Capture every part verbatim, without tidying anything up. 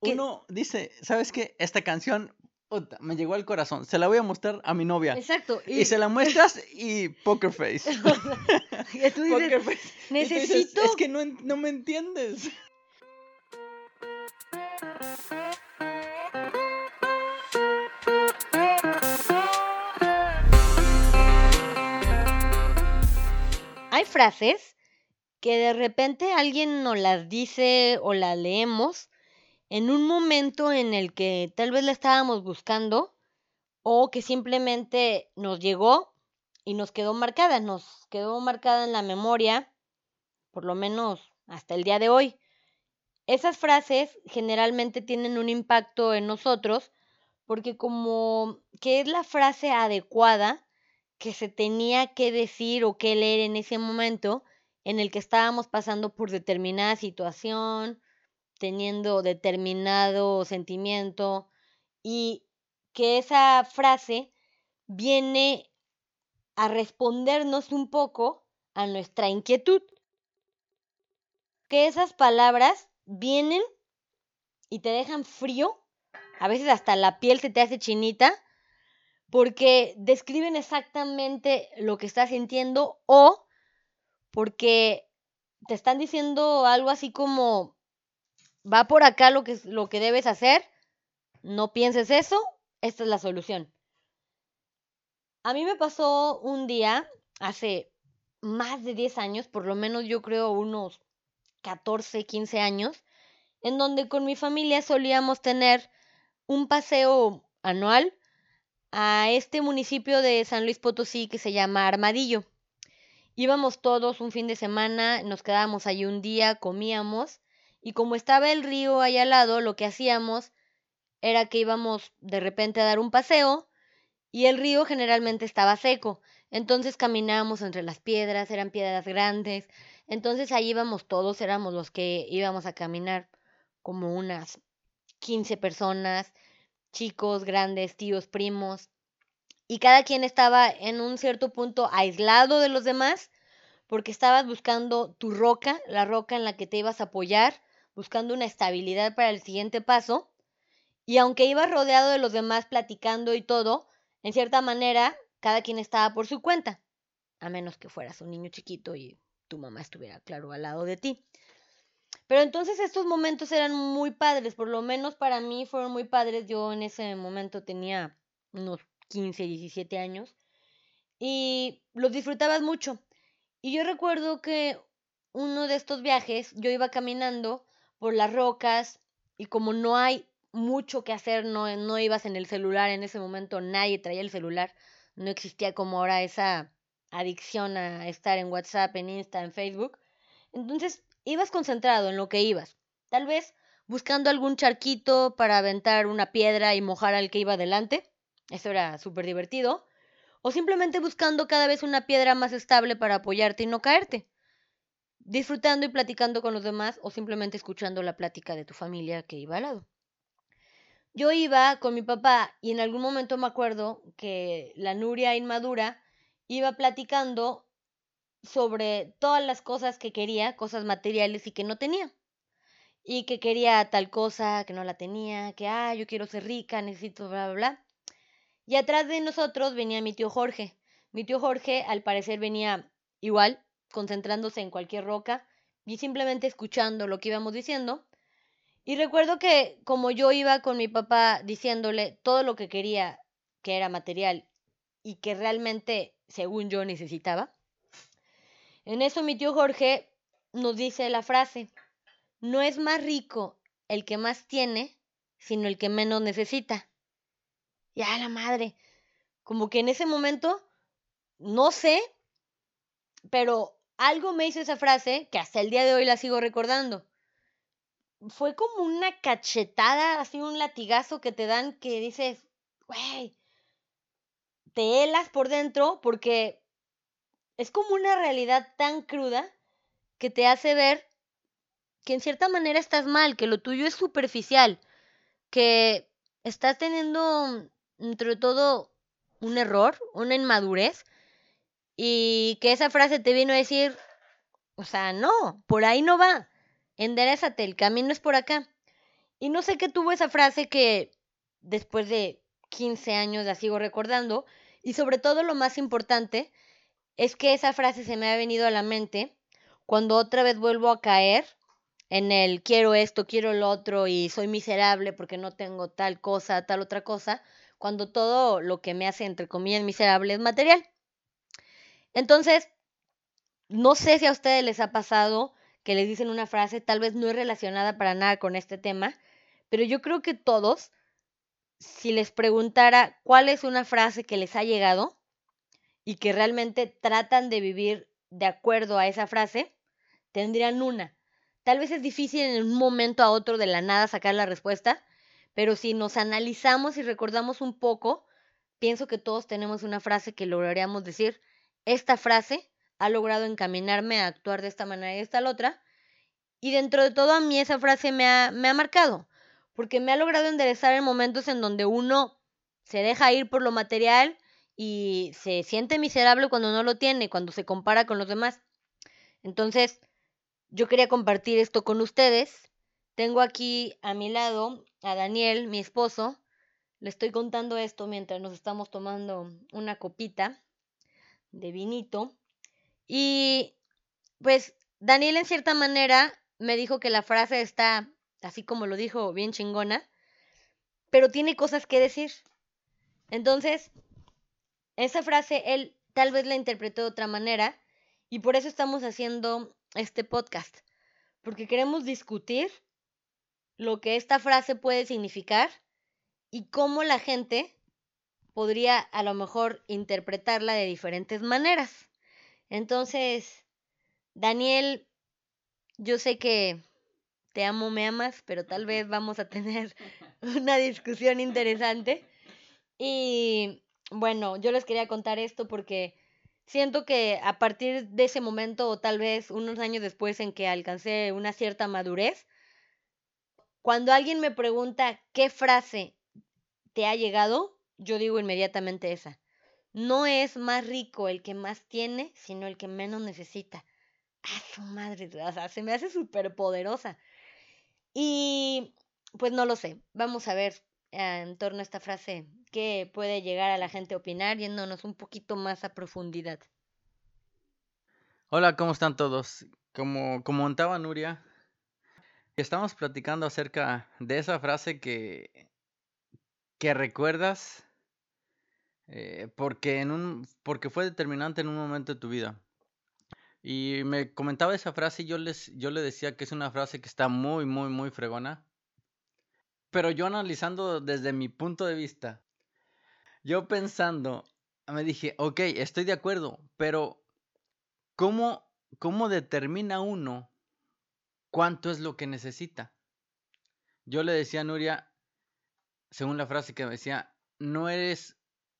¿Qué? Uno dice, ¿sabes qué? Esta canción puta, me llegó al corazón. Se la voy a mostrar a mi novia. Exacto. Y se la muestras y poker face. O sea, que tú dices, Poker face. Y tú dices, necesito... es que no, en- no me entiendes. Hay frases que de repente alguien nos las dice o las leemos en un momento en el que tal vez la estábamos buscando o que simplemente nos llegó y nos quedó marcada, nos quedó marcada en la memoria, por lo menos hasta el día de hoy. Esas frases generalmente tienen un impacto en nosotros porque como que es la frase adecuada que se tenía que decir o que leer en ese momento en el que estábamos pasando por determinada situación, teniendo determinado sentimiento y que esa frase viene a respondernos un poco a nuestra inquietud. Que esas palabras vienen y te dejan frío, a veces hasta la piel se te hace chinita, porque describen exactamente lo que estás sintiendo o porque te están diciendo algo así como, va por acá lo que, lo que debes hacer, no pienses eso, esta es la solución. A mí me pasó un día, hace más de diez años, por lo menos yo creo unos catorce, quince años, en donde con mi familia solíamos tener un paseo anual a este municipio de San Luis Potosí que se llama Armadillo. Íbamos todos un fin de semana, nos quedábamos allí un día, comíamos, y como estaba el río ahí al lado, lo que hacíamos era que íbamos de repente a dar un paseo, y el río generalmente estaba seco, entonces caminábamos entre las piedras, eran piedras grandes, entonces ahí íbamos todos, éramos los que íbamos a caminar como unas quince personas, chicos, grandes, tíos, primos, y cada quien estaba en un cierto punto aislado de los demás, porque estabas buscando tu roca, la roca en la que te ibas a apoyar, buscando una estabilidad para el siguiente paso, y aunque ibas rodeado de los demás platicando y todo, en cierta manera, cada quien estaba por su cuenta, a menos que fueras un niño chiquito y tu mamá estuviera, claro, al lado de ti. Pero entonces estos momentos eran muy padres, por lo menos para mí fueron muy padres. Yo en ese momento tenía unos quince, diecisiete años y los disfrutabas mucho. Y yo recuerdo que uno de estos viajes yo iba caminando por las rocas y como no hay mucho que hacer, no, no ibas en el celular en ese momento, nadie traía el celular, no existía como ahora esa adicción a estar en WhatsApp, en Insta, en Facebook. Entonces ibas concentrado en lo que ibas, tal vez buscando algún charquito para aventar una piedra y mojar al que iba delante, eso era súper divertido, o simplemente buscando cada vez una piedra más estable para apoyarte y no caerte, disfrutando y platicando con los demás o simplemente escuchando la plática de tu familia que iba al lado. Yo iba con mi papá y en algún momento me acuerdo que la Nuria inmadura iba platicando sobre todas las cosas que quería, cosas materiales y que no tenía. Y que quería tal cosa, que no la tenía, que, ah, yo quiero ser rica, necesito bla, bla, bla. Y atrás de nosotros venía mi tío Jorge. Mi tío Jorge, al parecer, venía igual, concentrándose en cualquier roca y simplemente escuchando lo que íbamos diciendo. Y recuerdo que como yo iba con mi papá diciéndole todo lo que quería, que era material y que realmente, según yo, necesitaba, en eso mi tío Jorge nos dice la frase, no es más rico el que más tiene, sino el que menos necesita. Ya la madre, como que en ese momento, no sé, pero algo me hizo esa frase que hasta el día de hoy la sigo recordando. Fue como una cachetada, así un latigazo que te dan que dices, güey, te helas por dentro porque es como una realidad tan cruda que te hace ver que en cierta manera estás mal, que lo tuyo es superficial, que estás teniendo entre todo un error, una inmadurez y que esa frase te vino a decir, o sea, no, por ahí no va, enderézate, el camino es por acá. Y no sé qué tuvo esa frase que después de quince años la sigo recordando. Y sobre todo lo más importante es que esa frase se me ha venido a la mente cuando otra vez vuelvo a caer en el quiero esto, quiero lo otro y soy miserable porque no tengo tal cosa, tal otra cosa, cuando todo lo que me hace, entre comillas, miserable es material. Entonces, no sé si a ustedes les ha pasado que les dicen una frase, tal vez no es relacionada para nada con este tema, pero yo creo que todos, si les preguntara cuál es una frase que les ha llegado y que realmente tratan de vivir de acuerdo a esa frase, tendrían una. Tal vez es difícil en un momento a otro de la nada sacar la respuesta, pero si nos analizamos y recordamos un poco, pienso que todos tenemos una frase que lograríamos decir, esta frase ha logrado encaminarme a actuar de esta manera y de esta la otra, y dentro de todo a mí esa frase me ha, me ha marcado, porque me ha logrado enderezar en momentos en donde uno se deja ir por lo material y se siente miserable cuando no lo tiene, cuando se compara con los demás. Entonces, yo quería compartir esto con ustedes. Tengo aquí a mi lado a Daniel, mi esposo. Le estoy contando esto mientras nos estamos tomando una copita de vinito. Y pues Daniel en cierta manera me dijo que la frase está, así como lo dijo, bien chingona, pero tiene cosas que decir. Entonces, esa frase él tal vez la interpretó de otra manera y por eso estamos haciendo este podcast, porque queremos discutir lo que esta frase puede significar y cómo la gente podría a lo mejor interpretarla de diferentes maneras. Entonces, Daniel, yo sé que te amo, me amas, pero tal vez vamos a tener una discusión interesante. Y bueno, yo les quería contar esto porque siento que a partir de ese momento o tal vez unos años después en que alcancé una cierta madurez, cuando alguien me pregunta qué frase te ha llegado, yo digo inmediatamente esa. No es más rico el que más tiene, sino el que menos necesita. ¡Ah, su madre! O sea, se me hace súper poderosa. Y pues no lo sé. Vamos a ver eh, en torno a esta frase qué puede llegar a la gente a opinar, yéndonos un poquito más a profundidad. Hola, ¿cómo están todos? Como comentaba Nuria, estamos platicando acerca de esa frase que, que recuerdas eh, porque, en un, porque fue determinante en un momento de tu vida. Y me comentaba esa frase y yo, les, yo le decía que es una frase que está muy, muy, muy fregona. Pero yo analizando desde mi punto de vista, yo pensando, me dije, ok, estoy de acuerdo, pero ¿cómo, cómo determina uno cuánto es lo que necesita? Yo le decía a Nuria, según la frase que me decía, no eres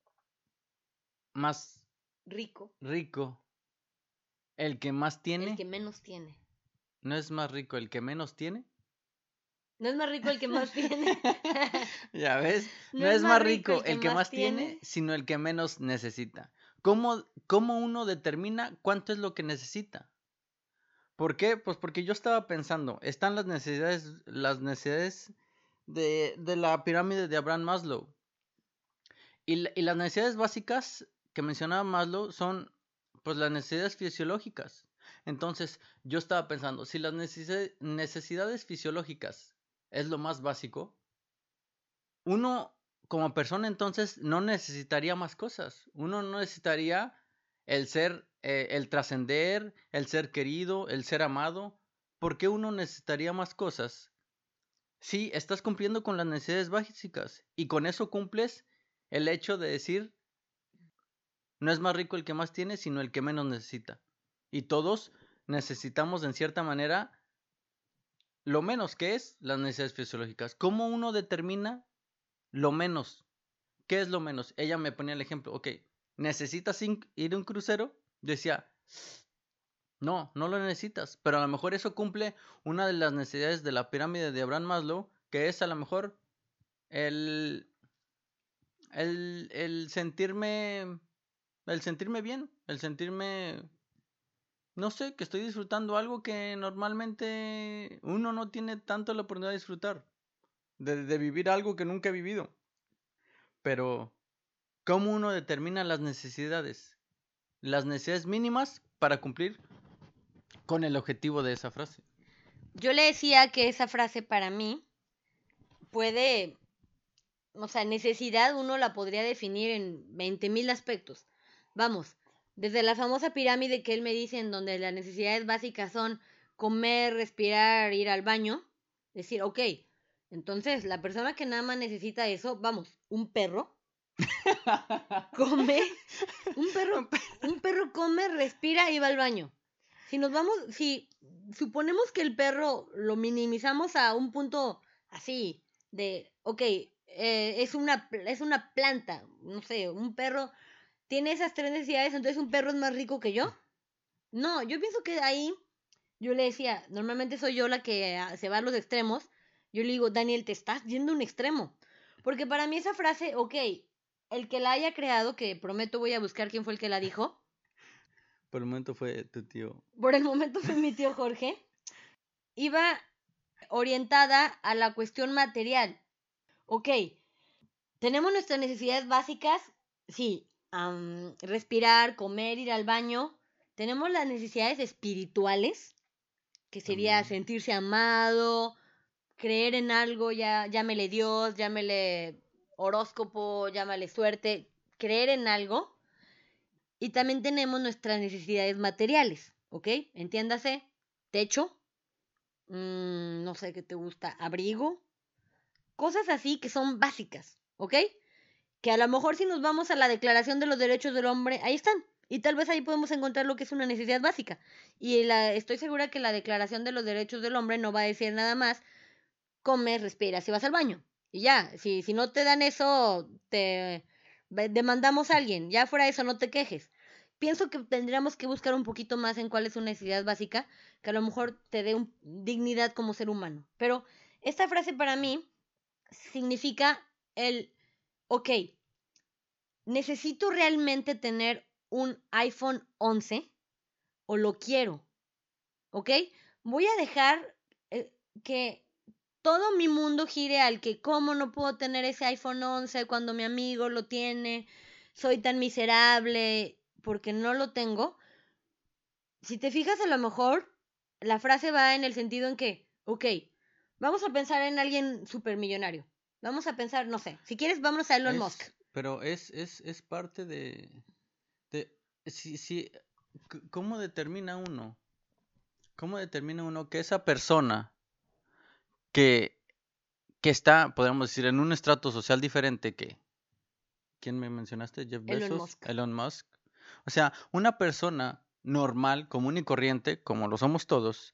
más Rico, rico el que más el tiene, que menos tiene. no es más rico el que menos tiene. No es más rico el que más tiene. Ya ves, No no es es más más rico el rico que el que más más tiene. tiene, sino el que menos necesita. ¿Cómo, cómo uno determina cuánto es lo que necesita? ¿Por qué? Pues porque yo estaba pensando, están las necesidades, las necesidades de, de la pirámide de Abraham Maslow. Y, la- y las necesidades básicas que mencionaba Maslow son pues las necesidades fisiológicas. Entonces, yo estaba pensando, si las necesi- necesidades fisiológicas es lo más básico, uno como persona entonces no necesitaría más cosas. Uno no necesitaría el ser, eh, el trascender, el ser querido, el ser amado. ¿Por qué uno necesitaría más cosas? Sí, estás cumpliendo con las necesidades básicas y con eso cumples el hecho de decir, no es más rico el que más tiene, sino el que menos necesita. Y todos necesitamos en cierta manera lo menos que es las necesidades fisiológicas. ¿Cómo uno determina lo menos? ¿Qué es lo menos? Ella me ponía el ejemplo, ok, ¿necesitas ir a un crucero? Decía, no, no lo necesitas, pero a lo mejor eso cumple una de las necesidades de la pirámide de Abraham Maslow, que es a lo mejor el, el, el sentirme, el sentirme bien, el sentirme, no sé, que estoy disfrutando algo que normalmente uno no tiene tanto la oportunidad de disfrutar. de, de vivir algo que nunca he vivido. Pero, ¿cómo uno determina las necesidades? Las necesidades mínimas para cumplir con el objetivo de esa frase. Yo le decía que esa frase para mí puede, o sea, necesidad uno la podría definir en veinte mil aspectos. Vamos, desde la famosa pirámide que él me dice, en donde las necesidades básicas son comer, respirar, ir al baño, decir, ok, entonces la persona que nada más necesita eso, vamos, un perro come, un perro, un perro come, respira y va al baño. Si nos vamos, si suponemos que el perro lo minimizamos a un punto así, de, ok, eh, es, una, es una planta, no sé, un perro tiene esas tres necesidades, entonces un perro es más rico que yo. No, yo pienso que ahí, yo le decía, normalmente soy yo la que ah, se va a los extremos, yo le digo, Daniel, te estás yendo a un extremo. Porque para mí esa frase, ok, el que la haya creado, que prometo voy a buscar quién fue el que la dijo, Por el momento fue tu tío. por el momento fue mi tío Jorge, iba orientada a la cuestión material. Ok, tenemos nuestras necesidades básicas, sí, um, respirar, comer, ir al baño. Tenemos las necesidades espirituales, que sería También. sentirse amado, creer en algo, ya, llámele Dios, llámele horóscopo, llámale suerte, creer en algo. Y también tenemos nuestras necesidades materiales, ¿ok? Entiéndase, techo, mmm, no sé qué te gusta, abrigo, cosas así que son básicas, ¿ok? Que a lo mejor si nos vamos a la Declaración de los Derechos del Hombre, ahí están. Y tal vez ahí podemos encontrar lo que es una necesidad básica. Y la, estoy segura que la Declaración de los Derechos del Hombre no va a decir nada más, comes, respiras y vas al baño. Y ya, si, si no te dan eso, te demandamos a alguien. Ya fuera eso, no te quejes. Pienso que tendríamos que buscar un poquito más en cuál es una necesidad básica que a lo mejor te dé un, dignidad como ser humano. Pero esta frase para mí significa el, ok, ¿necesito realmente tener un iPhone once o lo quiero? ¿Ok? Voy a dejar eh, que todo mi mundo gire al que cómo no puedo tener ese iPhone once cuando mi amigo lo tiene, soy tan miserable porque no lo tengo. Si te fijas, a lo mejor la frase va en el sentido en que, ok, vamos a pensar en alguien supermillonario. Vamos a pensar, no sé, si quieres, vámonos a Elon Musk. Es, pero es, es, es parte de, de si, si, c- ¿cómo determina uno? ¿Cómo determina uno que esa persona que, que está, podríamos decir, en un estrato social diferente que, ¿quién me mencionaste? Jeff Elon Bezos, Musk. Elon Musk. O sea, una persona normal, común y corriente, como lo somos todos,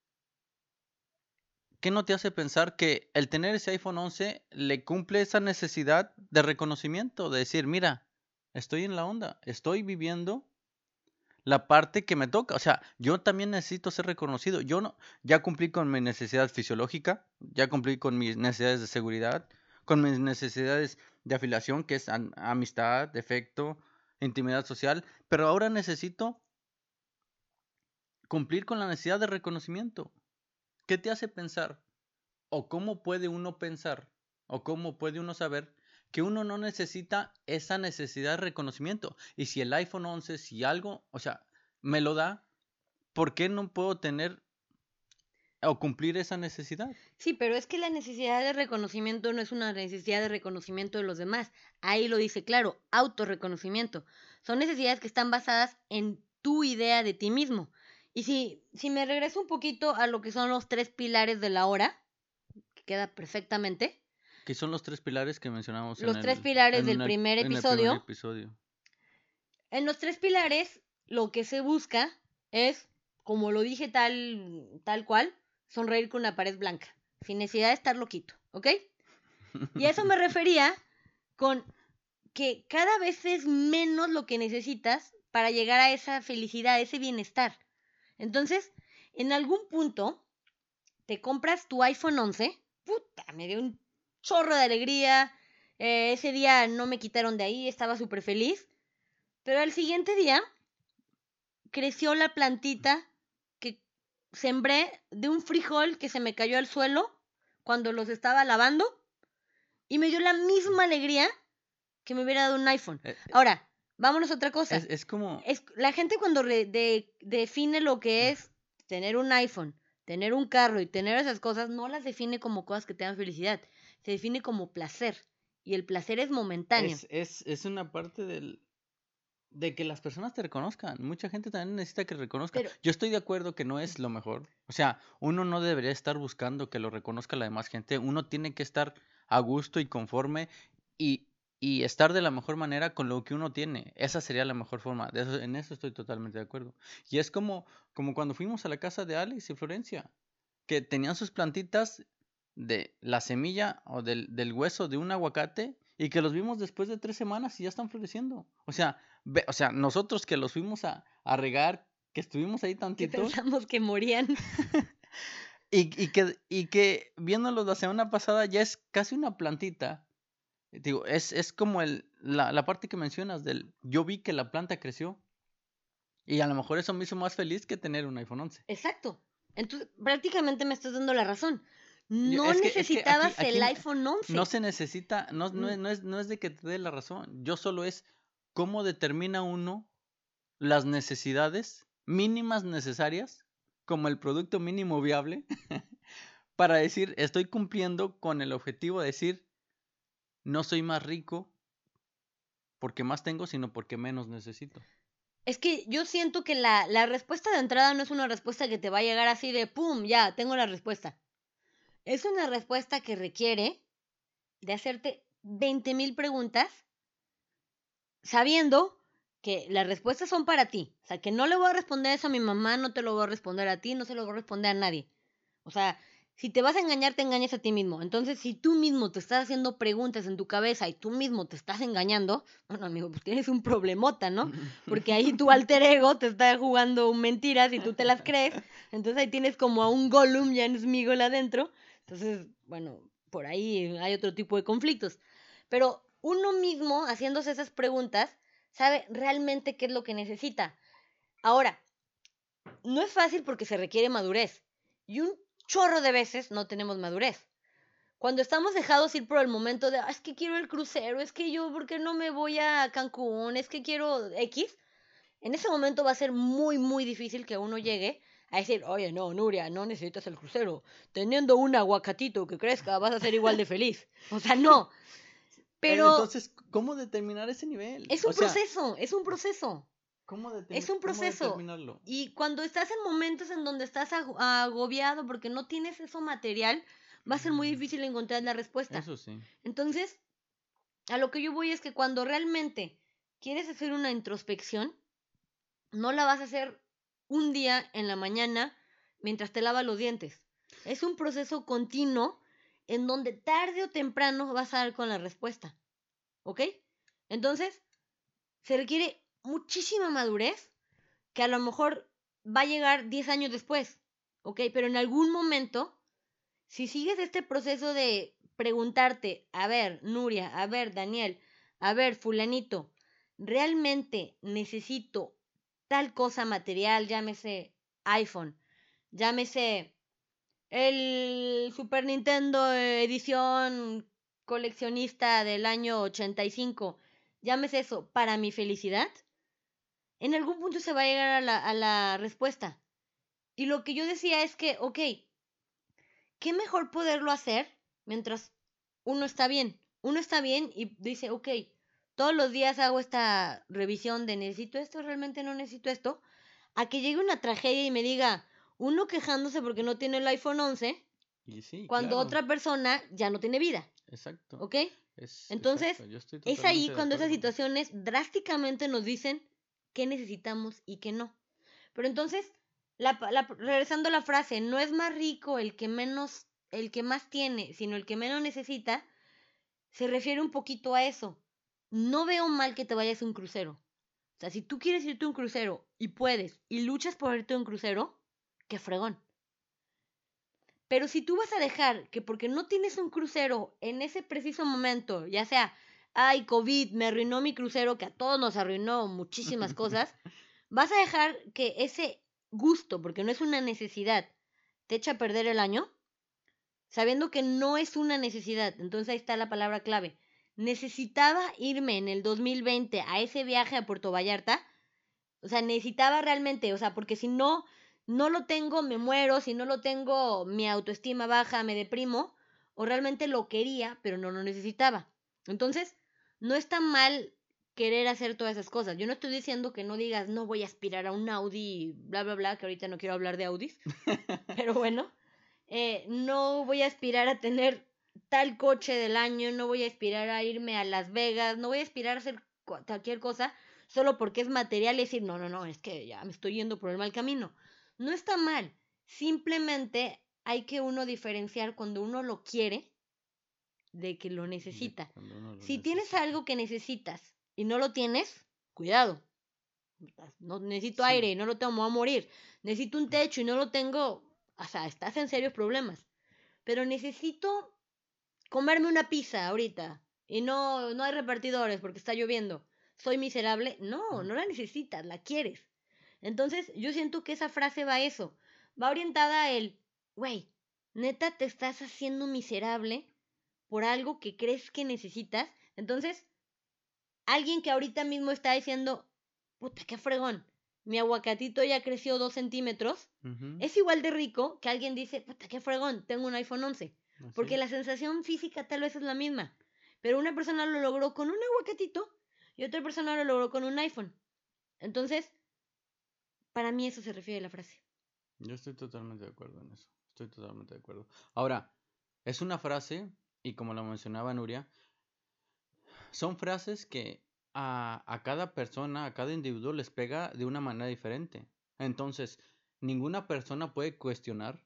¿qué no te hace pensar que el tener ese iPhone once le cumple esa necesidad de reconocimiento? De decir, mira, estoy en la onda, estoy viviendo la parte que me toca. O sea, yo también necesito ser reconocido. Yo no, ya cumplí con mi necesidad fisiológica, ya cumplí con mis necesidades de seguridad, con mis necesidades de afiliación, que es am- amistad, afecto, intimidad social, pero ahora necesito cumplir con la necesidad de reconocimiento. ¿Qué te hace pensar? ¿O cómo puede uno pensar? ¿O cómo puede uno saber que uno no necesita esa necesidad de reconocimiento? Y si el iPhone once, si algo, o sea, me lo da, ¿por qué no puedo tener o cumplir esa necesidad? Sí, pero es que la necesidad de reconocimiento no es una necesidad de reconocimiento de los demás. Ahí lo dice claro, autorreconocimiento. Son necesidades que están basadas en tu idea de ti mismo. Y si, si me regreso un poquito a lo que son los tres pilares de la hora, que queda perfectamente, Que son los tres pilares que mencionamos en los tres el, pilares del en el, primer en el primer episodio, episodio. en los tres pilares lo que se busca es, como lo dije tal, tal cual, sonreír con una pared blanca, sin necesidad de estar loquito, ¿ok? Y a eso me refería con que cada vez es menos lo que necesitas para llegar a esa felicidad, a ese bienestar. Entonces, en algún punto, te compras tu iPhone once, puta, me dio un chorro de alegría, eh, ese día no me quitaron de ahí, estaba súper feliz, pero al siguiente día creció la plantita que sembré de un frijol que se me cayó al suelo cuando los estaba lavando y me dio la misma alegría que me hubiera dado un iPhone. Eh, Ahora, vámonos a otra cosa. Es, es como... Es, la gente cuando re- de- define lo que es tener un iPhone, tener un carro y tener esas cosas, no las define como cosas que te dan felicidad. Se define como placer. Y el placer es momentáneo. Es, es, es una parte del, de que las personas te reconozcan. Mucha gente también necesita que reconozca. Pero- Yo estoy de acuerdo que no es lo mejor. O sea, uno no debería estar buscando que lo reconozca la demás gente. Uno tiene que estar a gusto y conforme y, y estar de la mejor manera con lo que uno tiene. Esa sería la mejor forma. De eso, en eso estoy totalmente de acuerdo. Y es como, como cuando fuimos a la casa de Alex y Florencia, que tenían sus plantitas de la semilla o del, del hueso de un aguacate y que los vimos después de tres semanas y ya están floreciendo. O sea, ve, o sea, nosotros que los fuimos a, a regar, que estuvimos ahí que tantito pensamos que morían. y, y que, y que viéndolos la semana pasada ya es casi una plantita. Digo, es, es como el, la, la parte que mencionas del yo vi que la planta creció y a lo mejor eso me hizo más feliz que tener un iPhone once. Exacto. Entonces, prácticamente me estás dando la razón. Yo- No es que, es que aquí, necesitabas aquí el n- iPhone once. no se necesita, no, no, Mm, es, no, es, no es de que te dé la razón. Yo solo es cómo determina uno las necesidades mínimas necesarias, como el producto mínimo viable, para decir, estoy cumpliendo con el objetivo de decir, no soy más rico porque más tengo, sino porque menos necesito. Es que yo siento que la, la respuesta de entrada no es una respuesta que te va a llegar así de ¡pum! Ya, tengo la respuesta. Es una respuesta que requiere de hacerte veinte mil preguntas sabiendo que las respuestas son para ti. O sea, que no le voy a responder eso a mi mamá, no te lo voy a responder a ti, no se lo voy a responder a nadie. O sea, si te vas a engañar, te engañas a ti mismo. Entonces, si tú mismo te estás haciendo preguntas en tu cabeza y tú mismo te estás engañando, bueno, amigo, pues tienes un problemota, ¿no? Porque ahí tu alter ego te está jugando mentiras y tú te las crees. Entonces ahí tienes como a un Gollum ya en Smigol adentro. Entonces, bueno, por ahí hay otro tipo de conflictos. Pero uno mismo, haciéndose esas preguntas, sabe realmente qué es lo que necesita. Ahora, no es fácil porque se requiere madurez. Y un chorro de veces no tenemos madurez. Cuando estamos dejados ir por el momento de, ah, es que quiero el crucero, es que yo, ¿por qué no me voy a Cancún? Es que quiero X. En ese momento va a ser muy, muy difícil que uno llegue a decir, oye, no, Nuria, no necesitas el crucero. Teniendo un aguacatito que crezca, vas a ser igual de feliz. O sea, no. Pero Entonces, ¿cómo determinar ese nivel? es un O sea, proceso, es un proceso. ¿cómo, Es determi- un cómo proceso. determinarlo? Y cuando estás en momentos en donde estás ag- agobiado porque no tienes eso material, va a ser muy difícil encontrar la respuesta. Eso sí. Entonces, a lo que yo voy es que cuando realmente quieres hacer una introspección, no la vas a hacer un día en la mañana mientras te lavas los dientes. Es un proceso continuo en donde tarde o temprano vas a dar con la respuesta. ¿Ok? Entonces, se requiere muchísima madurez que a lo mejor va a llegar diez años después. ¿Ok? Pero en algún momento, si sigues este proceso de preguntarte, a ver, Nuria, a ver, Daniel, a ver, fulanito, ¿realmente necesito tal cosa material? Llámese iPhone, llámese el Super Nintendo edición coleccionista del año ochenta y cinco, llámese eso, para mi felicidad. En algún punto se va a llegar a la, a la respuesta. Y lo que yo decía es que, ok, qué mejor poderlo hacer mientras uno está bien. Uno está bien y dice, ok, todos los días hago esta revisión de necesito esto, realmente no necesito esto, a que llegue una tragedia y me diga, uno quejándose porque no tiene el iPhone once, Y sí, cuando claro. otra persona ya no tiene vida. Exacto. ¿Ok? Es, Entonces, exacto. Yo estoy es ahí totalmente de cuando esas acuerdo. situaciones drásticamente nos dicen qué necesitamos y qué no. Pero entonces, la, la, regresando a la frase, no es más rico el que menos, el que más tiene, sino el que menos necesita, se refiere un poquito a eso. No veo mal que te vayas a un crucero. O sea, si tú quieres irte a un crucero y puedes y luchas por irte a un crucero, qué fregón. Pero si tú vas a dejar que porque no tienes un crucero en ese preciso momento, ya sea, ay, COVID, me arruinó mi crucero, que a todos nos arruinó muchísimas cosas, vas a dejar que ese gusto, porque no es una necesidad, te echa a perder el año, sabiendo que no es una necesidad. Entonces ahí está la palabra clave. Necesitaba irme en el dos mil veinte a ese viaje a Puerto Vallarta. O sea, necesitaba realmente, o sea, porque si no, no lo tengo, me muero, si no lo tengo, mi autoestima baja, me deprimo, o realmente lo quería, pero no lo necesitaba. Entonces, no está mal querer hacer todas esas cosas. Yo no estoy diciendo que no digas, no voy a aspirar a un Audi, bla, bla, bla, que ahorita no quiero hablar de Audis, pero bueno, eh, no voy a aspirar a tener tal coche del año, no voy a aspirar a irme a Las Vegas, no voy a aspirar a hacer cualquier cosa solo porque es material y decir, no, no, no, es que ya me estoy yendo por el mal camino. No está mal, simplemente hay que uno diferenciar cuando uno lo quiere de que lo De necesita. cuando uno lo Si tienes necesita. algo que necesitas y no lo tienes, cuidado. No necesito Sí. aire y no lo tengo, me voy a morir. Necesito un techo y no lo tengo, o sea, estás en serios problemas. Pero necesito comerme una pizza ahorita y no, no hay repartidores porque está lloviendo. Soy miserable. No, no la necesitas, la quieres. Entonces, yo siento que esa frase va a eso. Va orientada a el, güey, neta te estás haciendo miserable por algo que crees que necesitas. Entonces, alguien que ahorita mismo está diciendo, puta, qué fregón, mi aguacatito ya creció dos centímetros, Ujú, es igual de rico que alguien dice, puta, qué fregón, tengo un iPhone once. así Porque es. la sensación física tal vez es la misma. Pero una persona lo logró con un aguacatito y otra persona lo logró con un iPhone. Entonces, para mí eso se refiere a la frase. Yo estoy totalmente de acuerdo en eso. Estoy totalmente de acuerdo. Ahora, es una frase, y como la mencionaba Nuria, son frases que a, a cada persona, a cada individuo les pega de una manera diferente. Entonces, ninguna persona puede cuestionar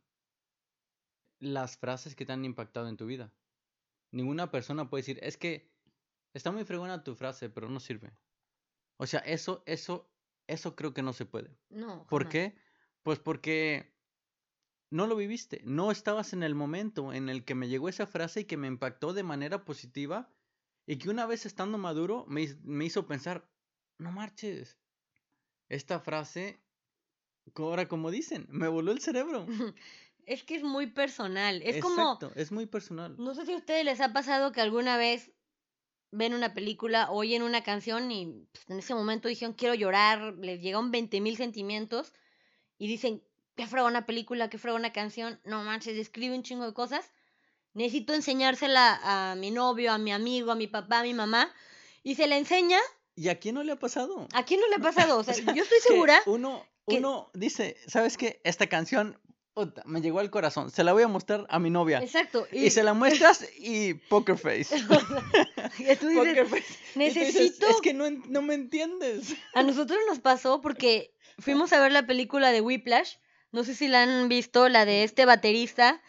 las frases que te han impactado en tu vida. Ninguna persona puede decir, es que está muy fregona tu frase, pero no sirve. O sea, eso, eso, eso creo que no se puede. No, ¿Por jamás. qué? Pues porque no lo viviste, no estabas en el momento en el que me llegó esa frase y que me impactó de manera positiva y que una vez estando maduro me, hiz- me hizo pensar, no marches, esta frase, ahora como dicen, me voló el cerebro. Es que es muy personal. Es como, Exacto, es muy personal. no sé si a ustedes les ha pasado que alguna vez ven una película, oyen una canción y pues, en ese momento dijeron quiero llorar, les llegaron veinte mil sentimientos y dicen, qué fregona película, qué fregona canción, no manches, describe un chingo de cosas, necesito enseñársela a mi novio, a mi amigo, a mi papá, a mi mamá, y se la enseña, ¿Y a quién no le ha pasado? ¿a quién no le ha No, pasado? O o sea, sea, yo estoy que segura uno, que, uno dice, ¿sabes qué? Esta canción puta, me llegó al corazón, se la voy a mostrar a mi novia. exacto, Y se y la muestras y poker face. o sea, que tú dices, Poker face. Y tú dices, necesito, es que no, en- no me entiendes. a nosotros nos pasó porque fuimos a ver la película de Whiplash, no sé si la han visto, la de este baterista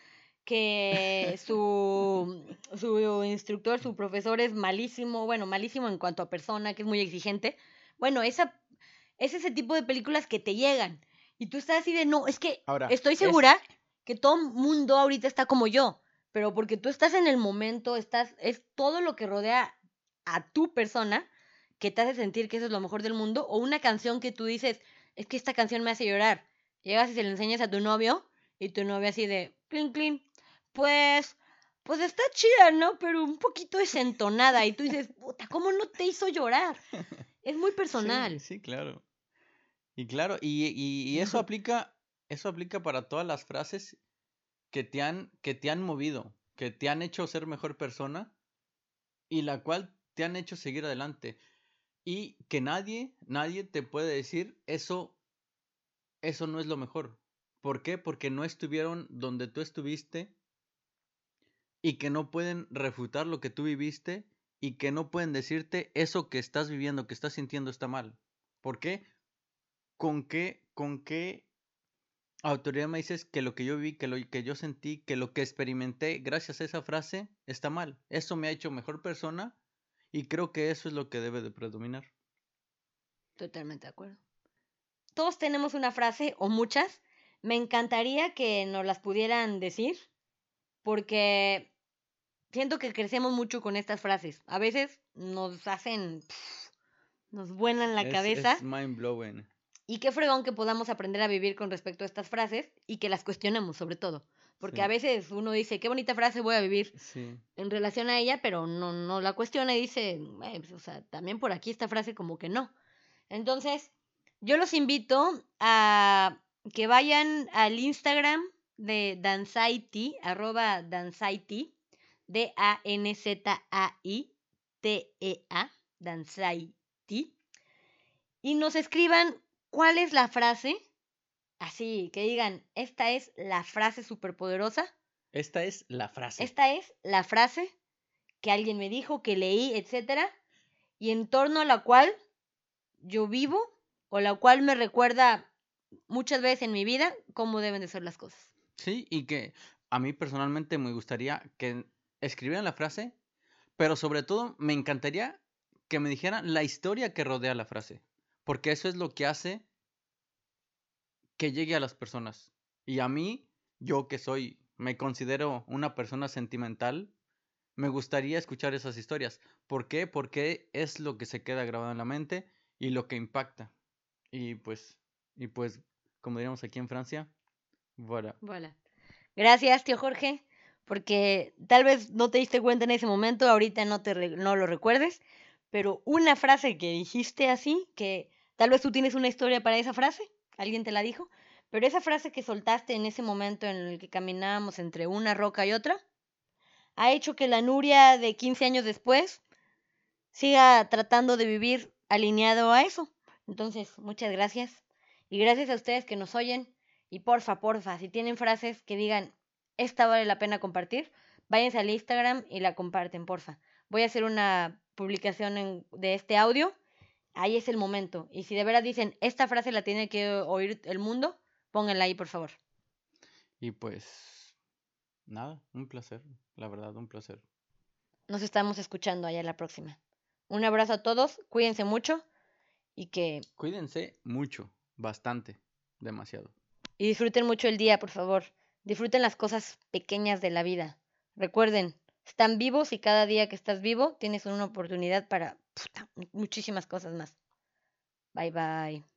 que su, su instructor, su profesor es malísimo, bueno, malísimo en cuanto a persona, que es muy exigente. Bueno, esa, es ese tipo de películas que te llegan y tú estás así de, no, es que Ahora, estoy es, segura que todo el mundo ahorita está como yo, pero porque tú estás en el momento, estás, es todo lo que rodea a tu persona que te hace sentir que eso es lo mejor del mundo, o una canción que tú dices, es que esta canción me hace llorar. Llegas y se la enseñas a tu novio y tu novio así de, clean, clean, pues, pues está chida, ¿no? Pero un poquito desentonada. Y tú dices, puta, ¿cómo no te hizo llorar? Es muy sí, personal. sí, claro. Y claro, y, y, y eso aplica, eso aplica para todas las frases que te han, que te han movido, que te han hecho ser mejor persona y la cual te han hecho seguir adelante. Y que nadie, nadie te puede decir eso, eso no es lo mejor. ¿Por qué? Porque no estuvieron donde tú estuviste y que no pueden refutar lo que tú viviste y que no pueden decirte eso que estás viviendo, que estás sintiendo está mal. ¿Por qué? ¿Con qué, con qué autoridad me dices que lo que yo vi, que lo que yo sentí, que lo que experimenté gracias a esa frase está mal? Eso me ha hecho mejor persona y creo que eso es lo que debe de predominar. Totalmente de acuerdo. Todos tenemos una frase o muchas. Me encantaría que nos las pudieran decir porque siento que crecemos mucho con estas frases. A veces nos hacen, pf, nos vuelan la Es, cabeza. es mind blowing. Y qué fregón que podamos aprender a vivir con respecto a estas frases y que las cuestionemos sobre todo. porque a Sí, veces uno dice, qué bonita frase voy a vivir sí. en relación a ella, pero no, no la cuestiona y dice, "Eh, pues, o sea, también por aquí esta frase como que no". Entonces, yo los invito a que vayan al Instagram de Danzaiti, arroba Danzaiti, D A N Z A I T E A, Danzaiti, y nos escriban cuál es la frase, así que digan, esta es la frase superpoderosa, Esta es la frase. esta es la frase que alguien me dijo, que leí, etcétera, y en torno a la cual yo vivo o la cual me recuerda muchas veces en mi vida cómo deben de ser las cosas. Sí, y que a mí personalmente me gustaría que escribieran la frase, pero sobre todo me encantaría que me dijeran la historia que rodea la frase, porque eso es lo que hace que llegue a las personas. Y a mí, yo que soy, me considero una persona sentimental, me gustaría escuchar esas historias. ¿Por qué? Porque es lo que se queda grabado en la mente y lo que impacta. Y pues, y pues, como diríamos aquí en Francia, voilà. Voilà. Gracias, tío Jorge, porque tal vez no te diste cuenta en ese momento, ahorita no, te re- no lo recuerdes, pero una frase que dijiste así, que tal vez tú tienes una historia para esa frase, alguien te la dijo, pero esa frase que soltaste en ese momento en el que caminábamos entre una roca y otra, ha hecho que la Nuria de quince años después siga tratando de vivir alineado a eso. Entonces, muchas gracias. Y gracias a ustedes que nos oyen. Y porfa, porfa, si tienen frases que digan, esta vale la pena compartir, váyanse al Instagram y la comparten, porfa. Voy a hacer una publicación en- de este audio. Ahí es el momento. Y si de veras dicen, esta frase la tiene que oír el mundo, pónganla ahí, por favor. Y pues, nada, un placer, la verdad, un placer. Nos estamos escuchando allá la próxima. Un abrazo a todos, cuídense mucho y que Cuídense mucho, bastante, demasiado. Y disfruten mucho el día, por favor. Disfruten las cosas pequeñas de la vida. Recuerden, están vivos y cada día que estás vivo tienes una oportunidad para puta, muchísimas cosas más. Bye bye.